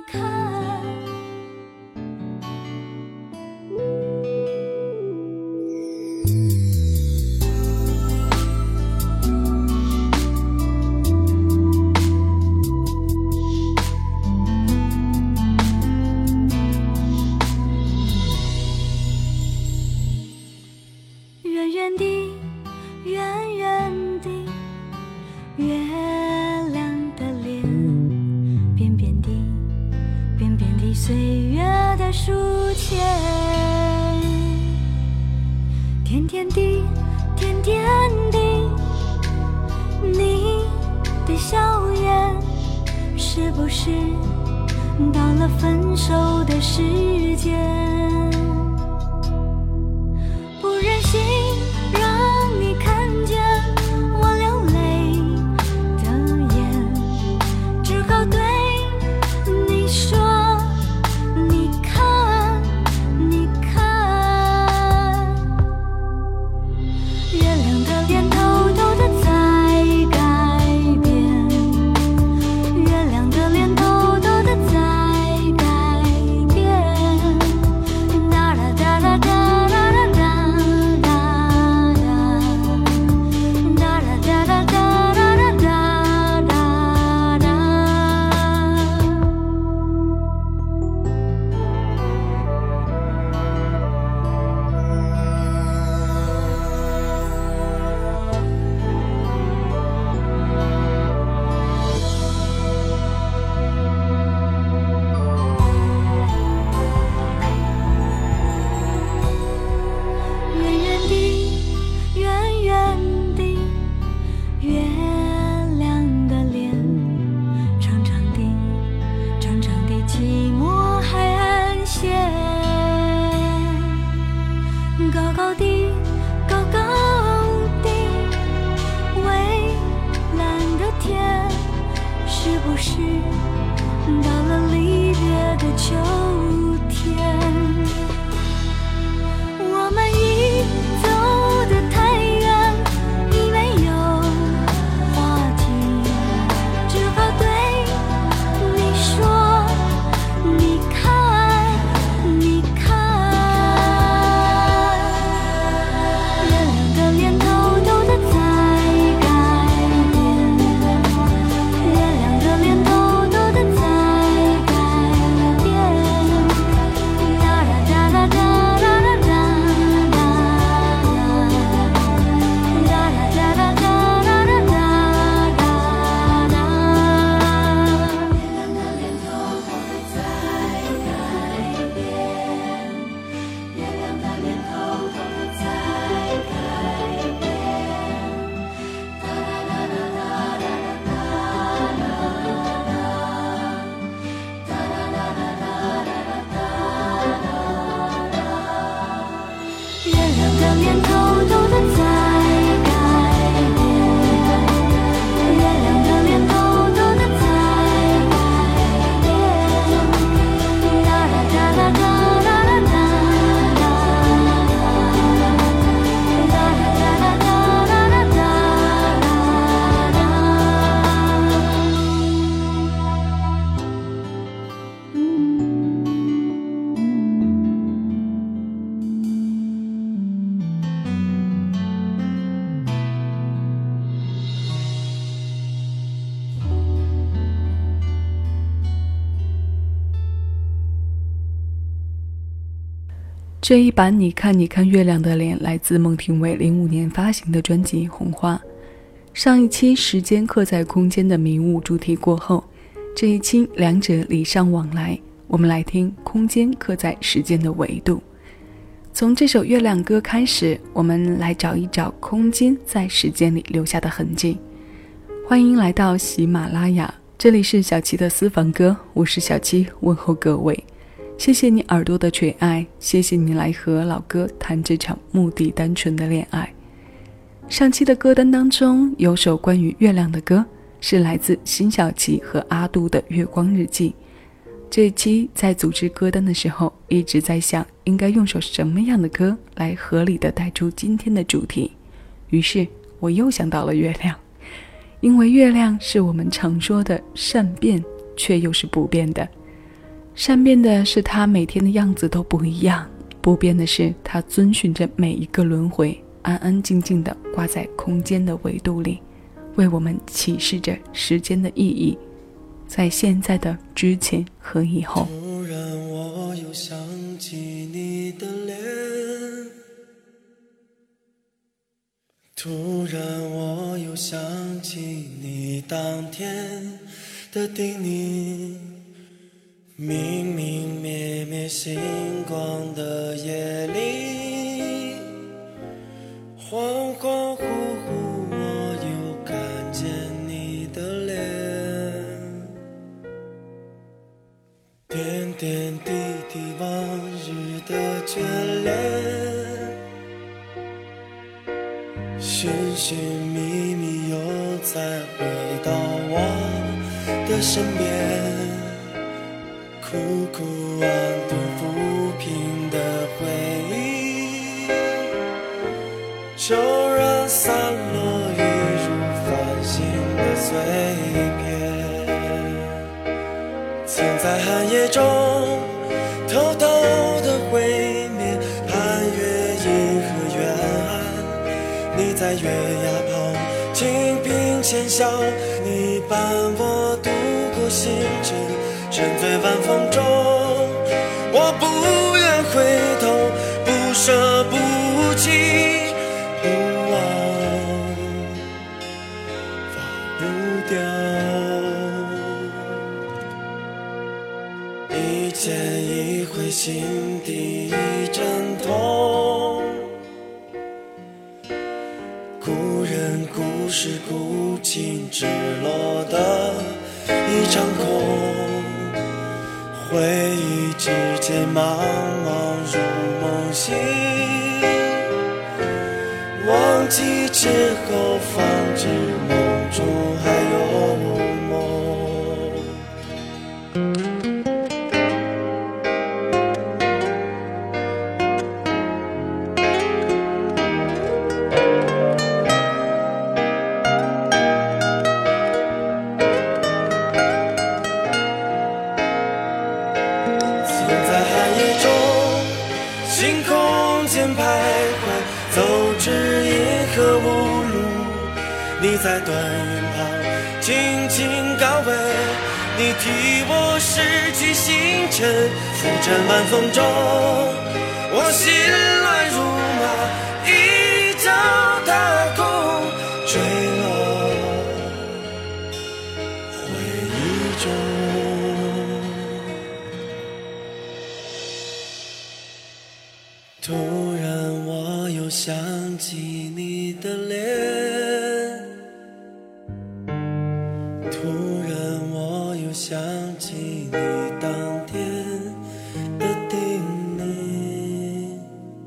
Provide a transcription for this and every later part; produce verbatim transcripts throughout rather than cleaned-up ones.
看。远远地，远远地，月亮的脸，扁扁地，扁扁地，岁月的书签。甜甜地，甜甜地，你的笑颜，是不是到了分手的时间？不忍心让你看见我流泪的眼，只好对你说，你看，你看，月亮的脸偷偷地在改变，月亮的脸偷偷地在改变，哒啦哒啦哒。高高的，高高的，蔚蓝的天，是不是到了离别的秋天？我们已走得太远，已没有话题，只好对你说，你看，你看。这一版你看你看月亮的脸来自孟庭苇零五年发行的专辑《红花》。上一期时间刻在空间的迷雾主题过后，这一期两者礼尚往来，我们来听空间刻在时间的维度。从这首月亮歌开始，我们来找一找空间在时间里留下的痕迹。欢迎来到喜马拉雅，这里是小七的私房歌，我是小七，问候各位。谢谢你耳朵的垂爱，谢谢你来和老哥谈这场目的单纯的恋爱。上期的歌单当中有首关于月亮的歌，是来自辛晓琪和阿杜的《月光日记》。这一期在组织歌单的时候，一直在想应该用首什么样的歌来合理的带出今天的主题，于是我又想到了月亮，因为月亮是我们常说的善变却又是不变的。 善变的是他每天的样子都不一样，不变的是他遵循着每一个轮回，安安静静地挂在空间的维度里，为我们启示着时间的意义，在现在的之前和以后。 突然我又想起你的脸，突然我又想起你当天的叮咛，明明灭灭星光的夜里，恍恍惚惚我又看见你的脸，点点滴滴往日的眷恋，寻寻觅觅又再回到我的身边，苦苦安顿抚平的回忆，就让散落一如繁星的碎片，曾在寒夜中偷偷的会面，盼月银河远岸，你在月牙旁轻颦浅笑，你伴我度过星辰，沉醉晚风中，我不愿回头，不舍不弃，不忘，放不掉，一见一回心底一阵痛，故人故事古今只落得一场空，回忆之间茫茫如梦醒，忘记之后方知梦中还有梦。星空间徘徊，走至银河无路，你在断云旁轻轻告慰，你替我拾起星辰，浮沉晚风中，我心乱如麻，一脚踏空，坠落回忆中。突然我又想起你的脸，突然我又想起你当天的叮咛。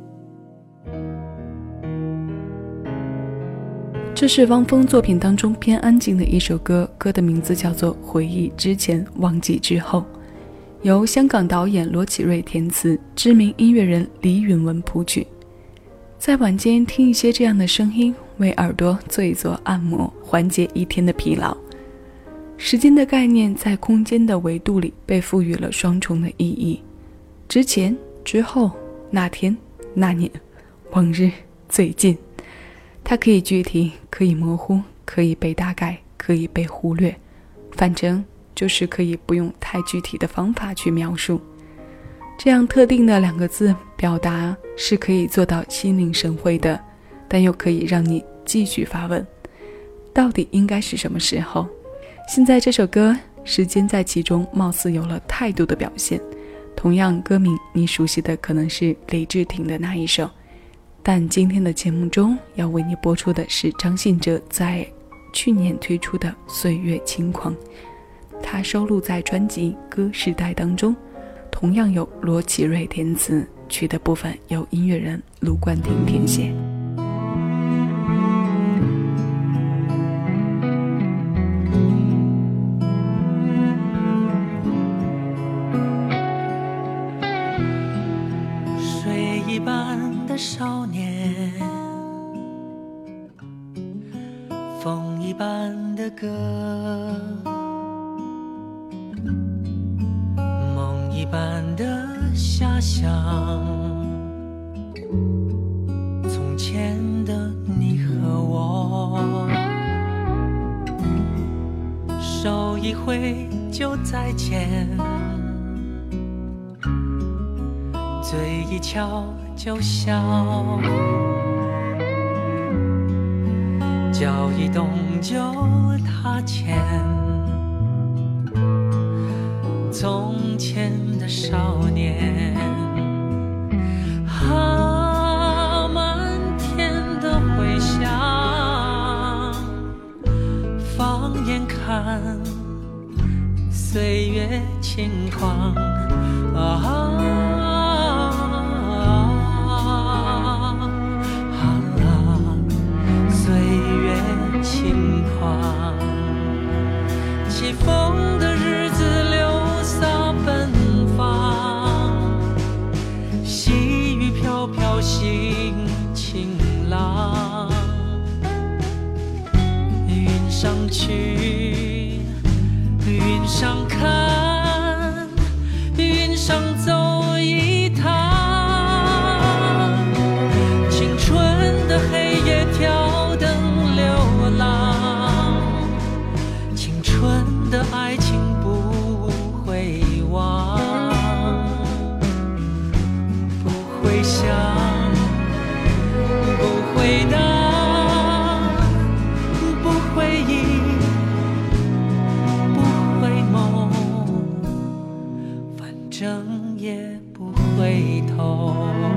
这是汪峰作品当中偏安静的一首歌，歌的名字叫做《回忆之前，忘记之后》，由香港导演罗启瑞填词，知名音乐人李允文谱曲。在晚间听一些这样的声音，为耳朵做一做按摩，缓解一天的疲劳。时间的概念在空间的维度里被赋予了双重的意义，之前、之后、那天、那年、往日、最近。它可以具体，可以模糊，可以被大概，可以被忽略，反正就是可以不用太具体的方法去描述。这样特定的两个字表达是可以做到心领神会的，但又可以让你继续发问，到底应该是什么时候？现在这首歌时间在其中貌似有了态度的表现，同样歌名你熟悉的可能是李治廷的那一首，但今天的节目中要为你播出的是张信哲在去年推出的《岁月轻狂》，它收录在专辑《歌时代》当中，同样由罗启瑞填词，曲的部分由音乐人卢冠廷填写。 水一般的少年，风一般的歌，梦一般般的遐想，从前的你和我，手一挥就再见，嘴一翘就笑，脚一动就踏前。从前的少年，啊，漫天的回响，放眼看，岁月轻狂，啊，岁月轻狂，起风的日子流洒奔放，细雨飘飘行晴朗，云上去，云上看，云上走一趟，青春的黑夜挑灯流浪，青春的爱情不会忘，不会想，不会当，不会忆，不会梦，反正也不回头。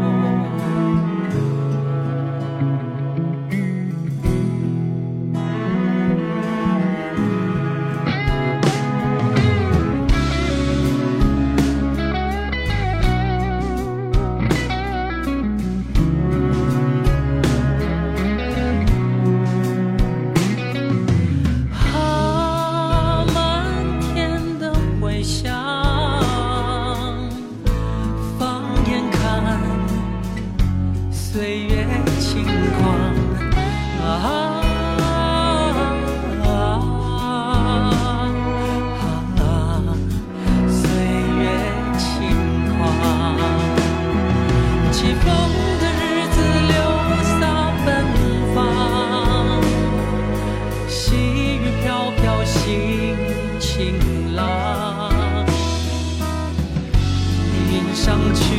岁月轻狂，啊，岁月轻狂，起风的日子流洒奔放，细雨飘飘行晴朗，云上去，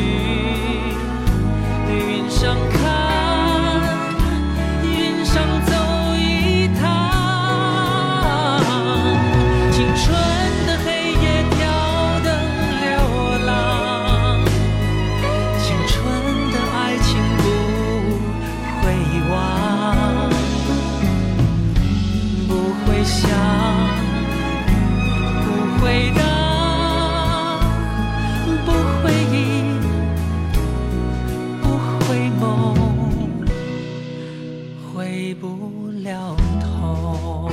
云上看，云上走一趟，青春的黑夜挑灯流浪，青春的爱情不会忘，不会想，不会当，不会忆，回梦，回不了头。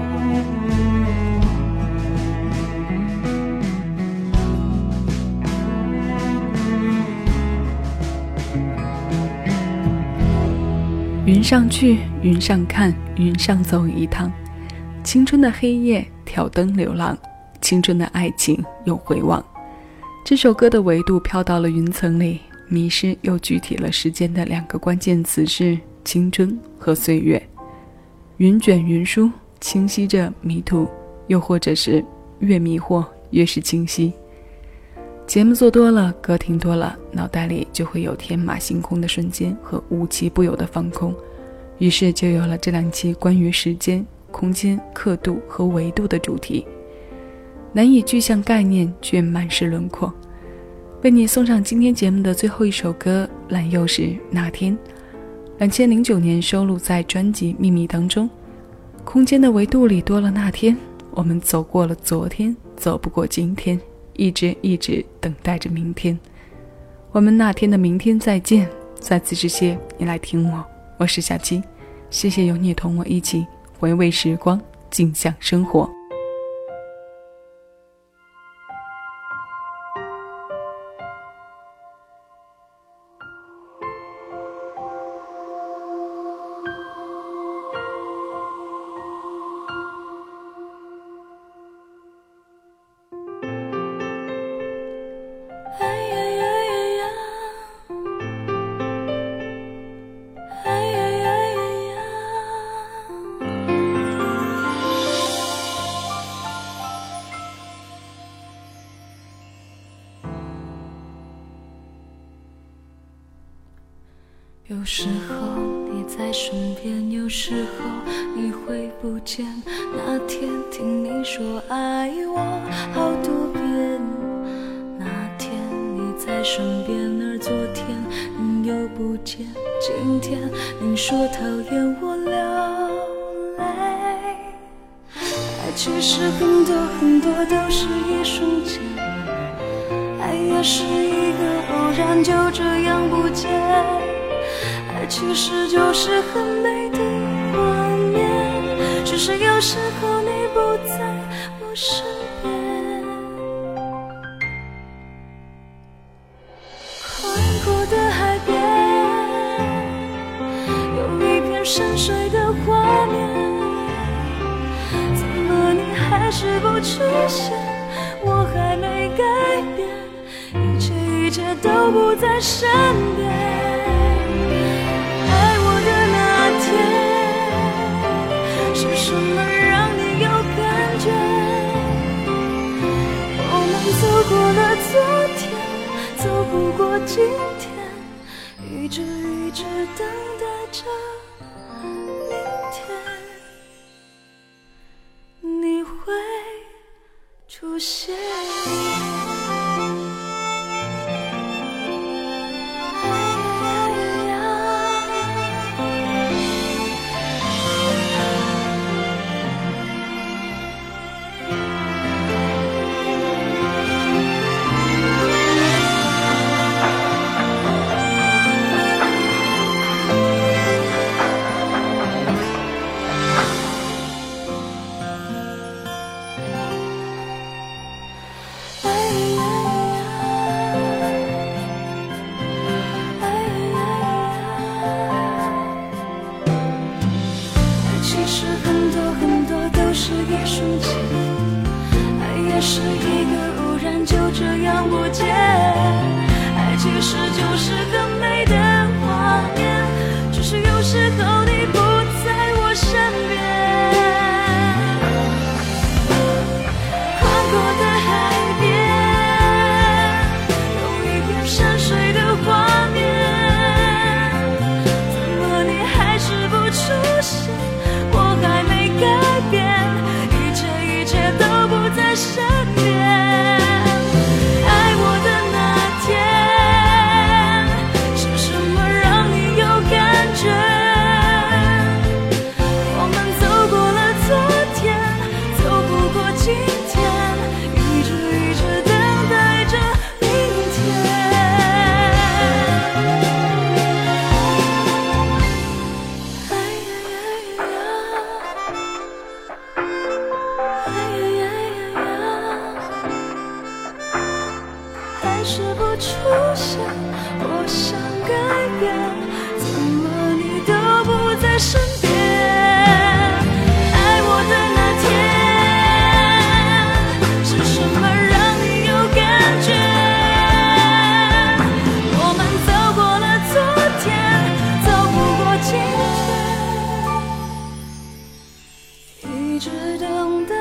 云上去，云上看，云上走一趟，青春的黑夜挑灯流浪，青春的爱情又回望。这首歌的维度飘到了云层里，迷失又具体了时间的两个关键词是青春和岁月。云卷云舒，清晰着迷途，又或者是越迷惑越是清晰。节目做多了，歌听多了，脑袋里就会有天马行空的瞬间和无奇不有的放空，于是就有了这两期关于时间、空间、刻度和维度的主题。难以具象概念，却满是轮廓。为你送上今天节目的最后一首歌，蓝又是那天，二零零九年收录在专辑《秘密》当中。空间的维度里多了那天，我们走过了昨天，走不过今天，一直一直等待着明天。我们那天的明天再见，再次谢谢你来听我，我是小七，谢谢有你同我一起回味时光，静享生活。 时候你在身边，有时候你会不见。那天听你说爱我好多遍，那天你在身边，而昨天你又不见。今天你说讨厌我流泪，爱其实很多很多都是一瞬间，爱也是一个偶然，就这样不见。爱其实就是很美的画面，只是有时候你不在我身边。宽阔的海边有一片深邃的画面，怎么你还是不出现？我还没改变，一切一切都不在身边。爱我的那天是什么让你有感觉？我们走过了昨天，走不过今天，一直一直等待着明天你会出现。是一个偶然，就这样不见。爱其实就是很美的画面，只是有时候你不在我身边。宽阔的海边有一片山水的画面，怎么你还是不出现？我还没改变，一切一切都不在身边。是不出现，我想改变，怎么你都不在身边？爱我的那天是什么让你有感觉？我们走过了昨天，走不过今天，一直等待